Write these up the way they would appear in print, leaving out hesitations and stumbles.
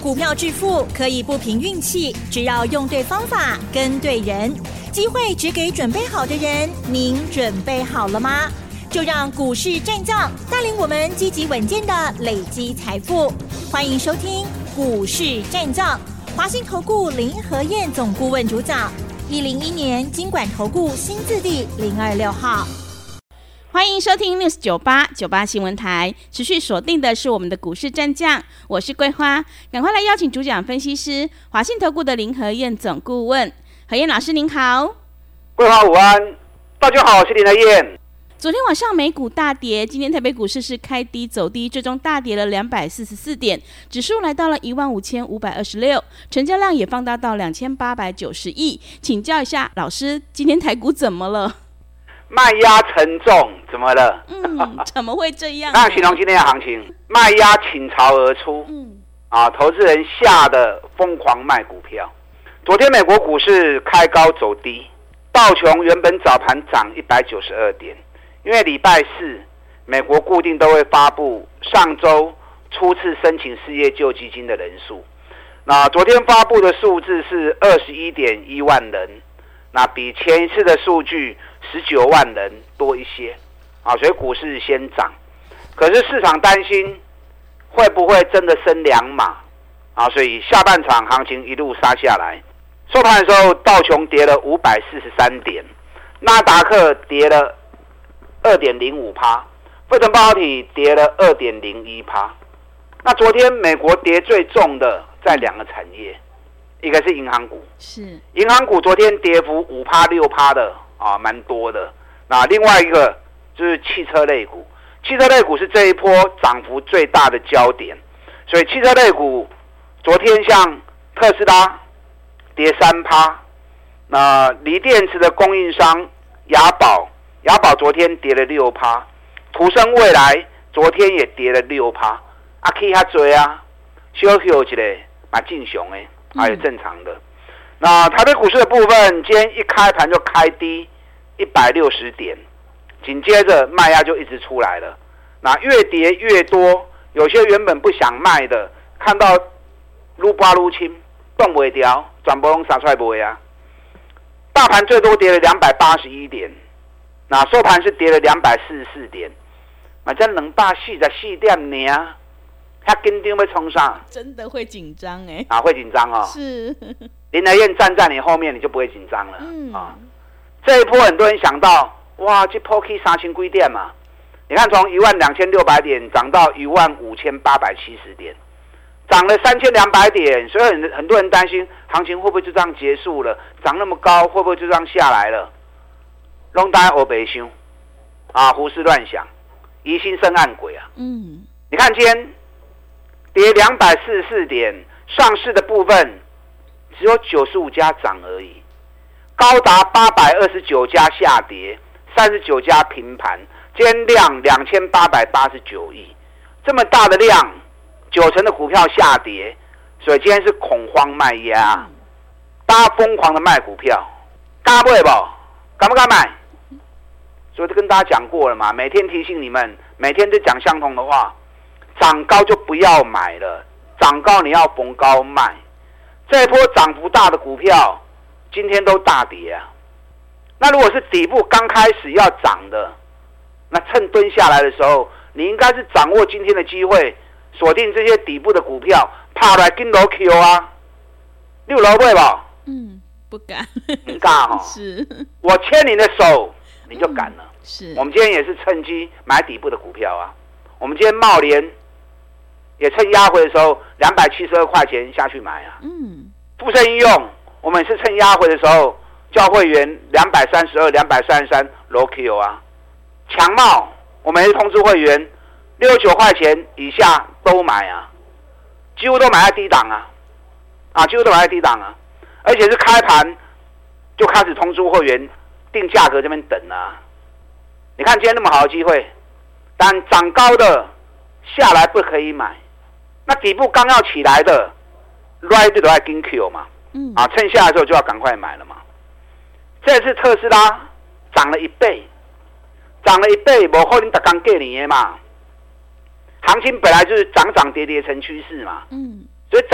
股票致富可以不凭运气，只要用对方法跟对人，机会只给准备好的人。您准备好了吗？就让股市战将带领我们积极稳健的累积财富。欢迎收听股市战将，华信投顾林和彥总顾问主讲，101年金管投顾新字第026号。 欢迎收听 News98 新闻台，持续锁定的是我们的股市战将，我是桂花，赶快来邀请主讲分析师华信投顾的林和彥总顾问。和彥老师您好。 桂花午安，大家好，我是林和彥。 昨天晚上美股大跌，今天台北股市是开低走低，最终大跌了244点，指数来到了15526，成交量也放大到2890亿。请教一下老师，今天台股怎么了？ 卖压沉重，怎么了？ 怎么会这样？ 那形容今天的行情，卖压倾巢而出。投资人吓得疯狂卖股票。昨天美国股市开高走低，道琼原本早盘涨192点，因为礼拜四美国固定都会发布上周初次申请失业救济金的人数。那昨天发布的数字是21.1万人，那比前一次的数据19万人多一些，所以股市先涨。可是市场担心会不会真的升2码，所以下半场行情一路杀下来。收盘的时候，道琼跌了543点，纳达克跌了 2.05%， 费城半导体跌了 2.01%。那昨天美国跌最重的在两个产业，一个是银行股，银行股昨天跌幅5%、6%的蛮多的。那另外一个就是汽车类股，汽车类股是这一波涨幅最大的焦点，所以汽车类股昨天像特斯拉跌3%，那锂电池的供应商雅宝昨天跌了6%，途胜未来昨天也跌了6%，起较多啊，小休一下嘛正常的，也正常的。那台北股市的部分，今天一开盘就开低160点，紧接着卖压就一直出来了。那越跌越多，有些原本不想卖的，看到愈拔愈轻，动不掉，全部都杀出来卖啊。大盘最多跌了281点，那收盘是跌了244点，嘛才244点尔，遐紧张要冲上， 真的会紧张会紧张哦。 是。 林和彥站在你后面，你就不会紧张了。这一波很多人想到，哇，这波去3000几点嘛？你看从12600点涨到15870点，涨了3200点，所以很多人担心行情会不会就这样结束了？涨那么高，会不会就这样下来了？拢大家黑白想，胡思乱想，疑心生暗鬼啊！你看今天跌244点，上市的部分只有95家涨而已，高达829家下跌，39家平盘，今天量2889亿，这么大的量，90%的股票下跌，所以今天是恐慌卖压，大家疯狂的卖股票，敢买不？敢不敢买？所以就跟大家讲过了嘛，每天提醒你们，每天都讲相同的话，涨高就不要买了，涨高你要逢高卖。这一波涨幅大的股票，今天都大跌啊。那如果是底部刚开始要涨的，那趁蹲下来的时候，你应该是掌握今天的机会，锁定这些底部的股票，爬来跟楼 Q 啊。你有楼买不？ 不敢。 你敢哦？ 是。我牵你的手，你就敢了。 是。我们今天也是趁机买底部的股票啊。我们今天茂联也趁压回的时候272块钱下去买啊。富盛应用我们也是趁压回的时候叫会员232、233楼 Q 啊。强茂我们也是通知会员69块钱以下都买啊，几乎都买在低档几乎都买在低档啊，而且是开盘就开始通知会员定价格这边等啊。你看今天那么好的机会，但涨高的下来不可以买，那底部刚要起来的 right 都要跟 Q 嘛，趁下来的时候就要赶快买了嘛。这次特斯拉涨了1倍，没可能每天给你的嘛。行情本来就是涨涨跌跌成趋势嘛，所以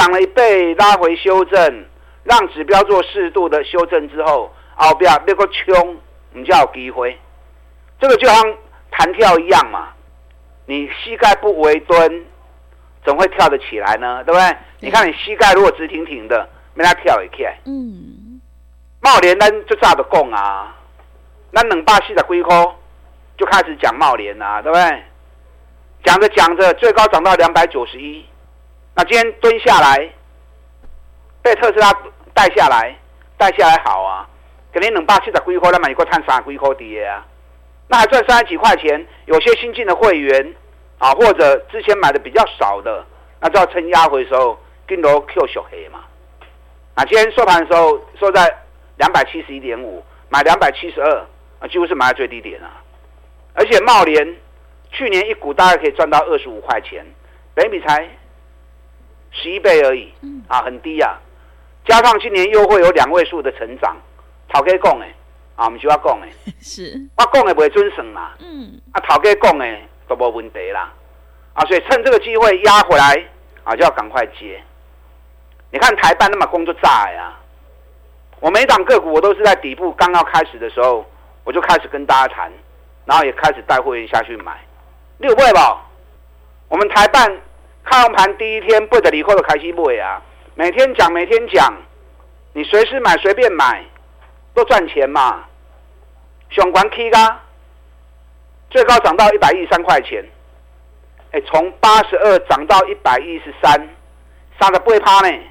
涨了1倍，拉回修正，让指标做适度的修正之后，后边那个冲，你就有机会。这个就像弹跳一样嘛，你膝盖不微蹲，怎么会跳得起来呢？对不对？你看你膝盖如果直挺挺的，没他跳也起来。茂联咱就早就讲啊，咱240几块就开始讲茂联啊，对不对？讲着讲着，最高涨到291，那今天蹲下来，被特斯拉带下来好啊，给你270几块，咱买一块赚30几块的啊，那还赚30几块钱。有些新进的会员啊，或者之前买的比较少的，那就要趁压回的时候跟着 Q 小黑嘛。那今天收盘的时候收在271.5，买272，几乎是买在最低点啊。而且茂联去年一股大概可以赚到25块钱，本益比才11倍而已，很低啊。加上今年又会有2位数的成长，头家讲的啊，不是我讲的， 是我讲的不会准算嘛。头家讲的都没问题啦。所以趁这个机会压回来就要赶快接。你看台办那么工作炸呀，我每档个股我都是在底部刚要开始的时候，我就开始跟大家谈，然后也开始带会员下去买。你有买吧？我们台办开盘第一天8点后就开始买啊，每天讲，你随时买随便买，都赚钱嘛。上管 K 啊，最高涨到113块钱，从82涨到113，38%呢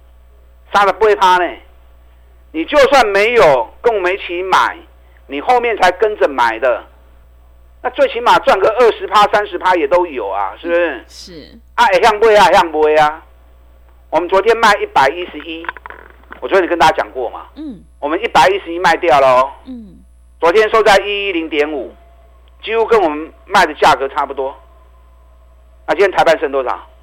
，38%呢。你就算没有跟我们一起买，你后面才跟着买的，那最起码赚个20%、30%也都有啊，是不是？ 是会向买啊。我们昨天卖111，我昨天跟大家讲过嘛，我们111卖掉了哦，昨天收在110.5，几乎跟我们卖的价格差不多。那今天台办剩多少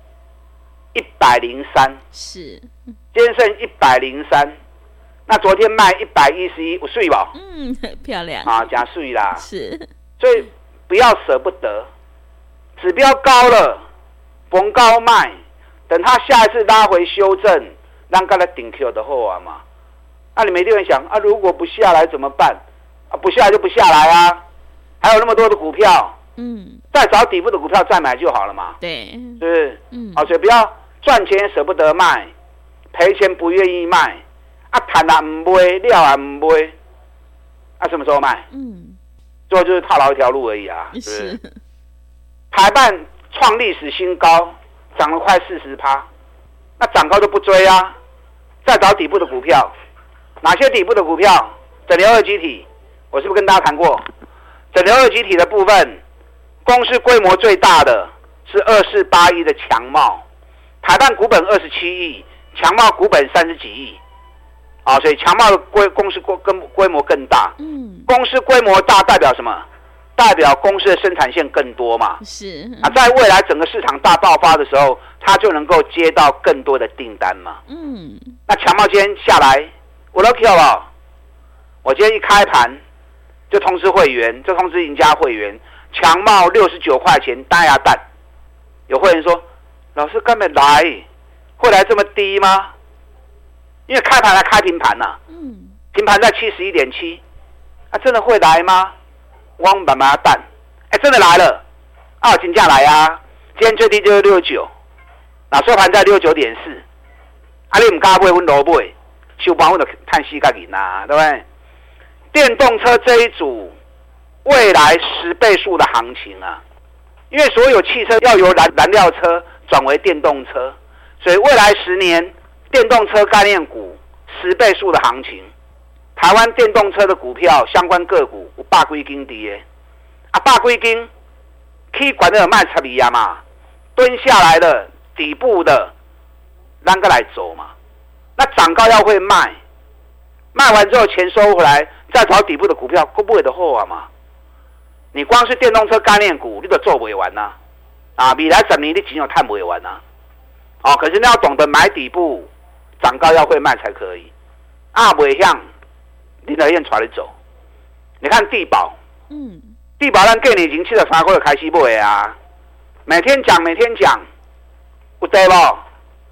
？103， 是， 今天剩103。那昨天卖111，有水吧？ 漂亮加水啦。 是， 所以不要舍不得，指标高了，逢高卖，等它下一次拉回修正，让它来顶 Q 的后啊嘛。那你们一定会想啊，如果不下来怎么办？不下来就不下来啊，还有那么多的股票，再找底部的股票再买就好了嘛。 对， 是不是？所以不要赚钱舍不得卖，赔钱不愿意卖。谈也不卖，料也不卖，什么时候卖？最后就是套牢一条路而已啊，是不是？台办创历史新高，涨了快40%，那涨高就不追啊，再找底部的股票，哪些底部的股票？整流二极体，我是不是跟大家谈过？整流二极体的部分，公司规模最大的是248亿的强茂，台办股本27亿，强茂股本30几亿。所以强茂的公司规模更大，公司规模大代表什么？代表公司的生产线更多嘛。 是在未来整个市场大爆发的时候，它就能够接到更多的订单嘛。那强茂今天下来，我都 Q 了。我今天一开盘就通知会员，就通知赢家会员，强茂69块钱单鸭蛋。有会员说：“老师根本来，会来这么低吗？”因为开盘还开平盘呐，平盘在71.7，真的会来吗？汪板板蛋，真的来了，金价来啊！今天最低就是69，那收盘在69.4，你唔敢买，阮落买，收盘阮就叹息个赢啊，对不对？电动车这一组未来10倍数的行情啊，因为所有汽车要由燃料车转为电动车，所以未来10年。电动车概念股10倍数的行情，台湾电动车的股票相关个股有100几斤的，100几斤去管的卖12啊嘛，蹲下来的底部的，咱个来走嘛。那涨高要会卖，卖完之后钱收回来，再找底部的股票，够不会的货啊嘛。你光是电动车概念股，你都做不完呐，未来10年你钱又赚不完呐。可是你要懂得买底部。涨高要会卖才可以，不会像林德燕带你走。你看地保，地保咱今年已经73块开始买啊，每天讲，有对不？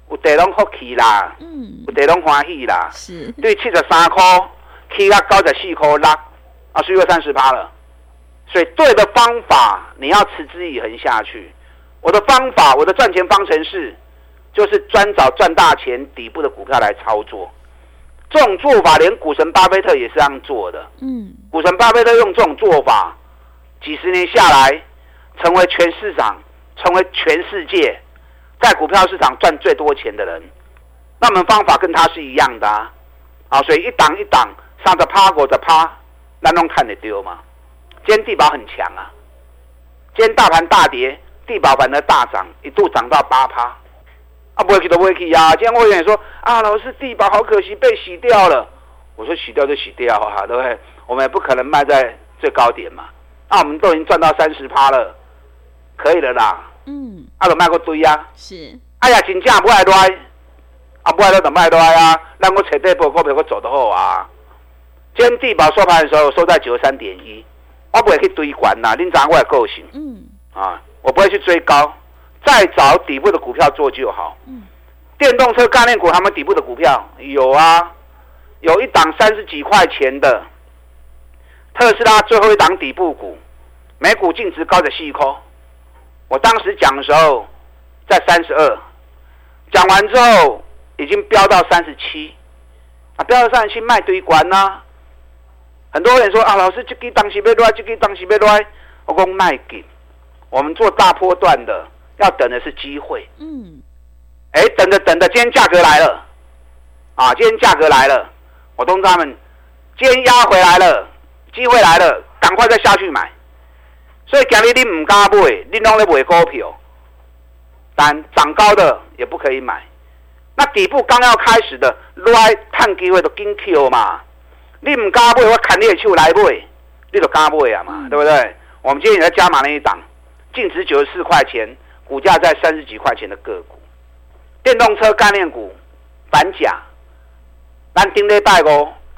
有地拢福气啦，有地拢欢喜啦。是，对73块起到94块6，所以又30%了。所以对的方法，你要持之以恒下去。我的方法，我的赚钱方程式，就是专找赚大钱底部的股票来操作。这种做法，连股神巴菲特也是这样做的。股神巴菲特用这种做法，几十年下来，成为全市场，成为全世界在股票市场赚最多钱的人。那我们方法跟他是一样的啊。所以一档一档30%、50%，咱拢看得到嘛。今天地保很强啊，今天大盘大跌，地保反而大涨，一度涨到8%。不会去都不会去啊！今天会员说老师地保好可惜被洗掉了。我说洗掉就洗掉对不对？我们也不可能卖在最高点嘛。我们都已经赚到30%了，可以了啦。就卖个堆啊。是。真正不爱来，不爱来就卖来啊。让我找底部股票我走得好啊。今天地保收盘的时候收在93.1，我不会去追管啦。您知道我的个性。我不会去追高。再找底部的股票做就好。电动车概念股他们底部的股票有啊，有一档30几块钱的特斯拉最后一档底部股，每股净值高的4块。我当时讲的时候在32，讲完之后已经飙到37，飙到37卖堆关啊。很多人说老师这个当时要来，这个当时要来，我说卖紧，我们做大波段的。要等的是机会，等着，今天价格来了，今天价格来了，我通知他们，今天压回来了，机会来了，赶快再下去买。所以今日你唔敢买，你拢在买股票，但涨高的也不可以买。那底部刚要开始的，来探机会就紧 Q 嘛，你唔敢买，我砍你的手来买，你就敢买啊嘛，对不对？我们今天也在加码那一档，净值94块钱。股价在30几块钱的个股，电动车概念股反甲，咱顶礼拜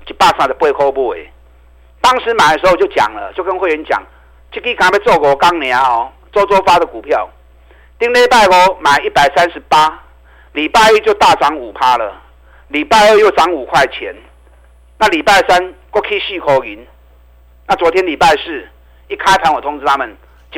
138块买。当时买的时候就讲了，就跟会员讲，这个刚要做5天年周发的股票，顶礼拜5买138，礼拜一就大涨5%了，礼拜二又涨5块钱，那礼拜三过去4块银，那昨天礼拜四一开盘我通知他们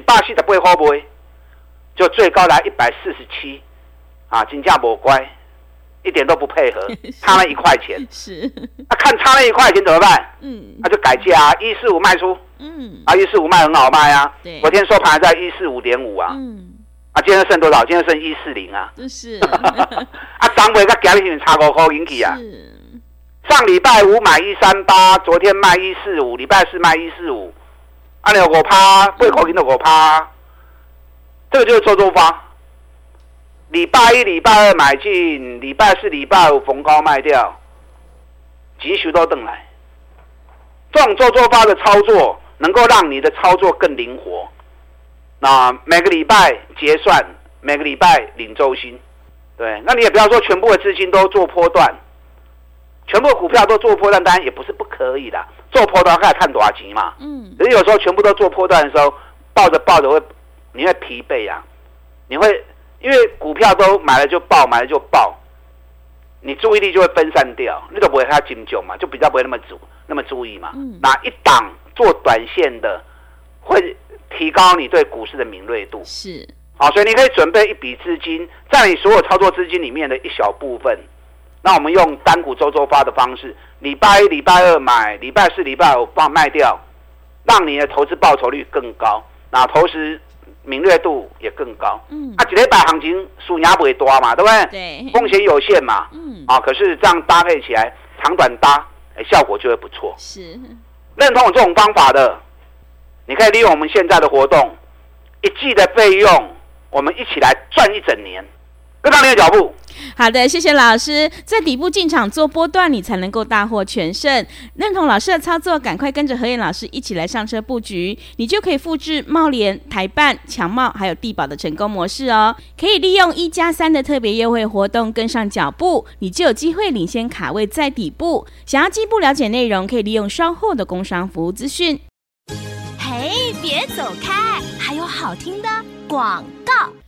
148块买。就最高来147，真价不乖，一点都不配合，差了1块钱。是，看差了1块钱怎么办？那就改价145卖出。145卖很好卖啊。昨天收盘还在145.5啊。今天剩多少？今天剩140啊。是。涨尾跟今日差5块引起啊。上礼拜五买138，昨天卖145，礼拜四卖145，你有5%，8块钱就5%。这个就是周发，礼拜一、礼拜二买进，礼拜四、礼拜五逢高卖掉，急需都等来。这种周发的操作能够让你的操作更灵活。那每个礼拜结算，每个礼拜领周薪，对，那你也不要说全部的资金都做波段，全部的股票都做波段，当然也不是不可以的。做波段开始看多少钱嘛，可是有时候全部都做波段的时候，抱着你会疲惫啊，你会因为股票都买了就爆，买了就爆，你注意力就会分散掉，你都不会太精准嘛，就比较不会那么注意嘛。哪一档做短线的会提高你对股市的敏锐度？是，所以你可以准备一笔资金，在你所有操作资金里面的一小部分，那我们用单股周发的方式，礼拜一、礼拜二买，礼拜四、礼拜五帮卖掉，让你的投资报酬率更高，那同时敏锐度也更高。一礼拜行情输赢不会多嘛，对不对？对，风险有限嘛。可是这样搭配起来，长短搭，效果就会不错。是，认同我这种方法的，你可以利用我们现在的活动，1季的费用，我们一起来赚1整年，跟上你的脚步。 好的，谢谢老师。在底部进场做波段，你才能够大获全胜。认同老师的操作，赶快跟着和妍老师一起来上车布局，你就可以复制茂联、台办、强茂还有地保的成功模式哦。可以利用1+3的特别优惠活动跟上脚步，你就有机会领先卡位在底部。想要进一步了解内容，可以利用稍后的工商服务资讯。 嘿，别走开，还有好听的广告。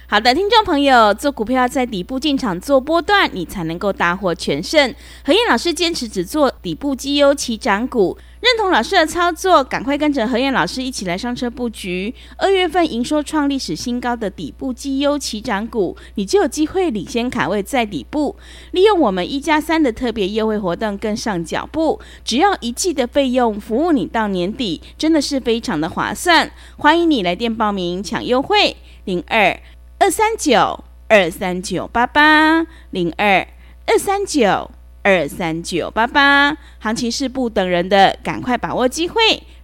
好的，听众朋友，做股票在底部进场做波段，你才能够大获全胜。何燕老师坚持只做底部绩优起涨股，认同老师的操作，赶快跟着何燕老师一起来上车布局。2月份营收创历史新高的底部绩优起涨股，你就有机会领先卡位在底部。利用我们1+3的特别优惠活动跟上脚步，只要1季的费用，服务你到年底，真的是非常的划算。欢迎你来电报名抢优惠02-239-2398802-239-23988，行情是不等人的，赶快把握机会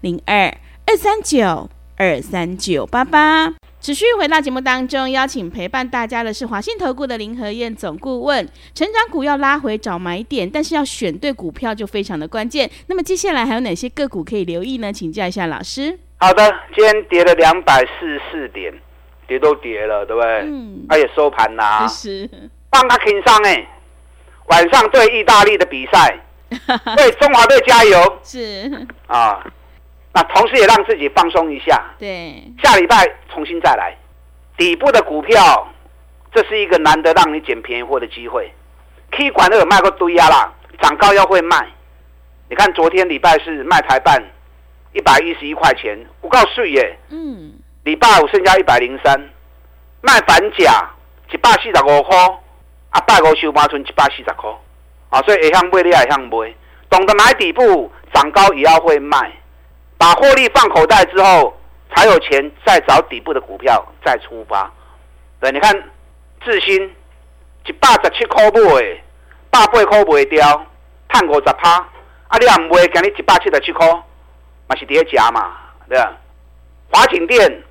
02-239-23988。持续回到节目当中，邀请陪伴大家的是华信投顾的林和燕总顾问。成长股要拉回找买点，但是要选对股票就非常的关键。那么接下来还有哪些个股可以留意呢？请教一下老师。 好的，今天跌了244点，跌都跌了，对不对？也收盘啦， 是帮他轻伤哎。晚上对意大利的比赛，对中华队加油是啊。那同时也让自己放松一下， 对， 下礼拜重新再来。底部的股票，这是一个难得让你捡便宜货的机会。K 管都有卖过堆啊啦，涨高要会卖。你看昨天礼拜四卖台办111块钱，我告诉你耶，礼拜五剩下103，卖反甲145块，拜五收盘剩140块，所以会向买你也会向买，懂得买底部，涨高也要会卖。把获利放口袋之后，才有钱再找底部的股票再出发。对，你看智新117块买，108块卖掉，赚50%。你也不买，今日177块，嘛是跌价嘛，对吧？华景店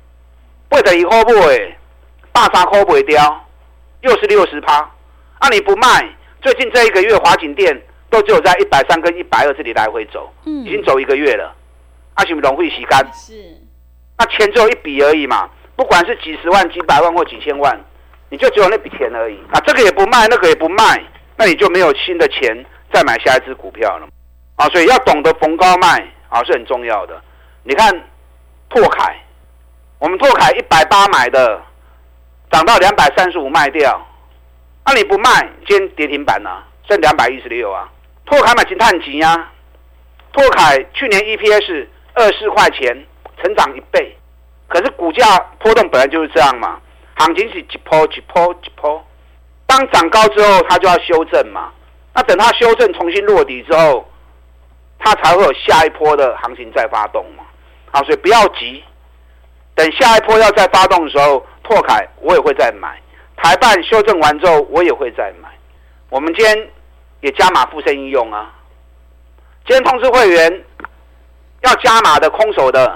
82块买，83块卖掉，又是60%。你不卖，最近这一个月华景店都只有在130跟120这里来回走，已经走1个月了。是不是浪费时间？ 是， 那钱只有一笔而已嘛，不管是几十万、几百万或几千万，你就只有那笔钱而已。这个也不卖，那个也不卖，那你就没有新的钱再买下一支股票了。所以要懂得逢高卖是很重要的。你看拓凯，我们拓凯180买的，涨到235卖掉，你不卖，今天跌停板啊，剩216啊。拓凯买金碳钱啊，拓凯去年 EPS 24块钱，成长1倍，可是股价波动本来就是这样嘛，行情是一波，当涨高之后，它就要修正嘛。那等它修正重新落底之后，它才会有下一波的行情再发动嘛。所以不要急，等下一波要再发动的时候，拓凯我也会再买，台办修正完之后我也会再买。我们今天也加码附身应用啊。今天通知会员要加码的空手的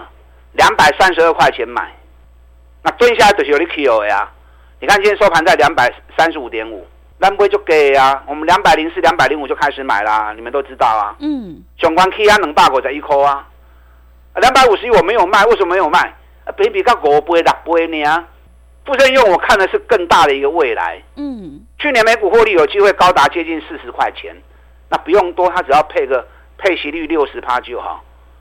232块钱买，那蹲下来就是有你 Q 呀。你看今天收盘在235.5，咱不会就给啊，我们204、205就开始买啦，你们都知道啊。相关 K 啊251块啊，251我没有卖，为什么没有卖？比较5倍、6倍呢。附身用我看的是更大的一个未来。去年每股获利有机会高达接近40块钱，那不用多，它只要配息率60%就好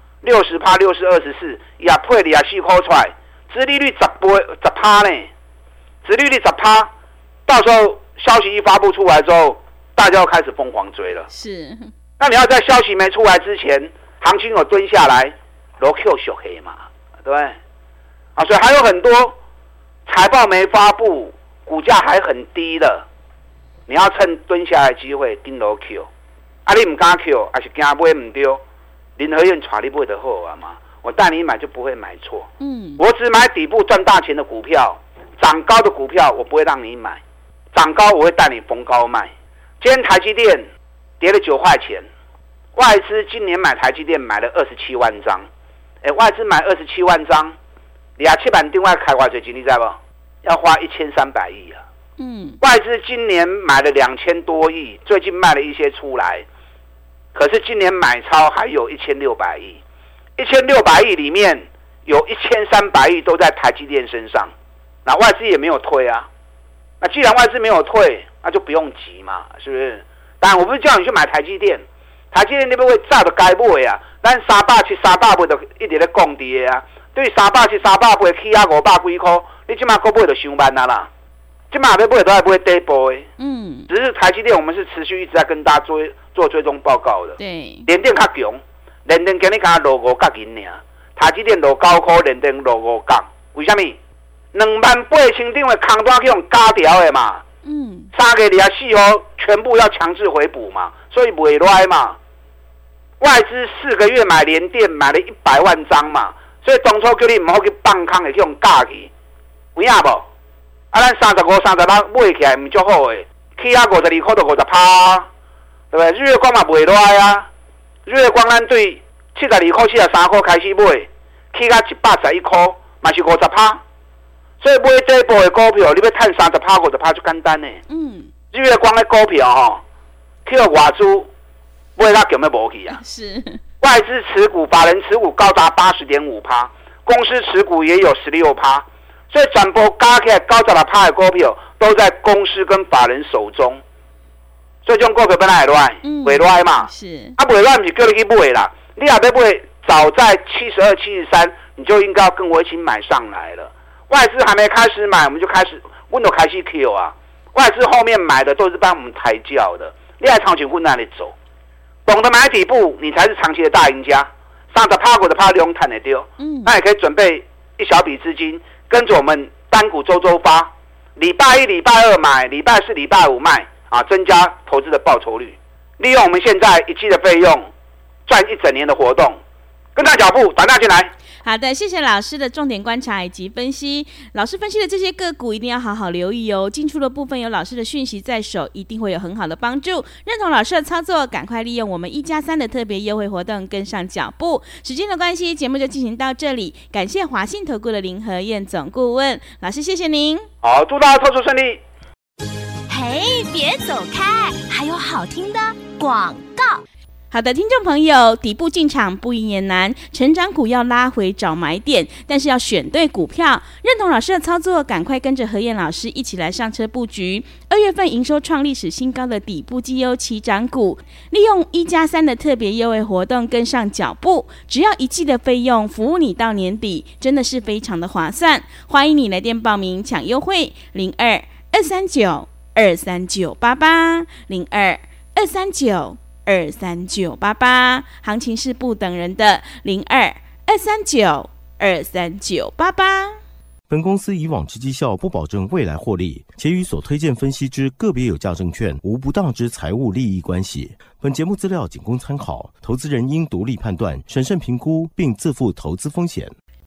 ，60%、60、24，也配24块出来，殖利率10%呢，殖利率10%，到时候消息一发布出来之后，大家要开始疯狂追了。 是， 那你要在消息没出来之前，行情有蹲下来，罗 Q 小黑嘛，对不对？所以还有很多财报没发布，股价还很低的，你要趁蹲下来的机会跟罗 Q。你不敢 Q， 还是怕买不对，林和燕带你买就好啊嘛。我带你买就不会买错。我只买底部赚大钱的股票，涨高的股票我不会让你买，涨高我会带你逢高卖。今天台积电跌了9块钱，外资今年买台积电买了27万张，外资买27万张，27万另外开多少钱你知道不？要花1300亿啊。外资今年买了2000多亿，最近卖了一些出来。可是今年买超还有1600亿，1600亿里面有1300亿都在台积电身上，那外资也没有退啊。那既然外资没有退，那就不用急嘛，是不是？当然我不是叫你去买台积电，台积电那边会炸的该买啊，但370、380都一直在降跌啊， 对300、380起啊500几块，你即马股买就伤慢啦。即马要买都要买底部的。只是台积电我们是持续一直在跟大家做追踪报告的。 对。 联电较强，联电今日敢落5角银尔，台积电落9块，联电落5角。为什么？28000张的空单去用加掉的嘛。3个24号全部要强制回补嘛，所以袂赖嘛。外资4个月买联电买了100万张嘛，所以当初叫你唔好去放空的去用加去，有影无？啊，咱35、36买起来唔足好诶，起啊52块到50%，对不对？日月光嘛袂赖啊，日月光咱对72块、73块开始买，起到111块，嘛是50%。所以买这一波的股票，你要赚30%、50%就简单呢。日月光的股票吼，去到外资买到强要无去啊。 是。 外资持股、法人持股高达80.5%，公司持股也有16%，所以全部加起来96%的股票都在公司跟法人手中。所以这种股票本来会乱，袂乱嘛。 是。 啊，袂乱不是叫你去买啦，你也要买，早在72、73，你就应该要跟我一起买上来了。外资还没开始买，我们就开始Q 啊！外资后面买的都是帮我们抬轿的，你还长期混那里走，懂得买底部，你才是长期的大赢家。30%、50%利用赚得丢，那也可以准备一小笔资金，跟着我们单股周发，礼拜1、礼拜2买，礼拜4、礼拜5卖啊，增加投资的报酬率。利用我们现在一季的费用，赚一整年的活动，跟上脚步，打电话进来。 好的，谢谢老师的重点观察以及分析。老师分析的这些个股一定要好好留意哦。进出的部分有老师的讯息在手，一定会有很好的帮助。认同老师的操作，赶快利用我们1+3的特别优惠活动跟上脚步。时间的关系，节目就进行到这里。感谢华信投顾的林和彥总顾问老师，谢谢您。 好，祝大家操作顺利。 嘿，别走开，还有好听的广告。 好的，听众朋友，底部进场不赢也难，成长股要拉回找买点，但是要选对股票。认同老师的操作，赶快跟着和彥老师一起来上车布局。2月份营收创历史新高的底部绩优起涨股，利用1+3的特别优惠活动跟上脚步，只要1季的费用，服务你到年底，真的是非常的划算。欢迎你来电报名抢优惠，02-239-23988 02-239-23988，行情是不等人的，02-239-23988。 本公司以往之绩效不保证未来获利，且与所推荐分析之个别有价证券无不当之财务利益关系。本节目资料仅供参考，投资人应独立判断、审慎评估，并自负投资风险。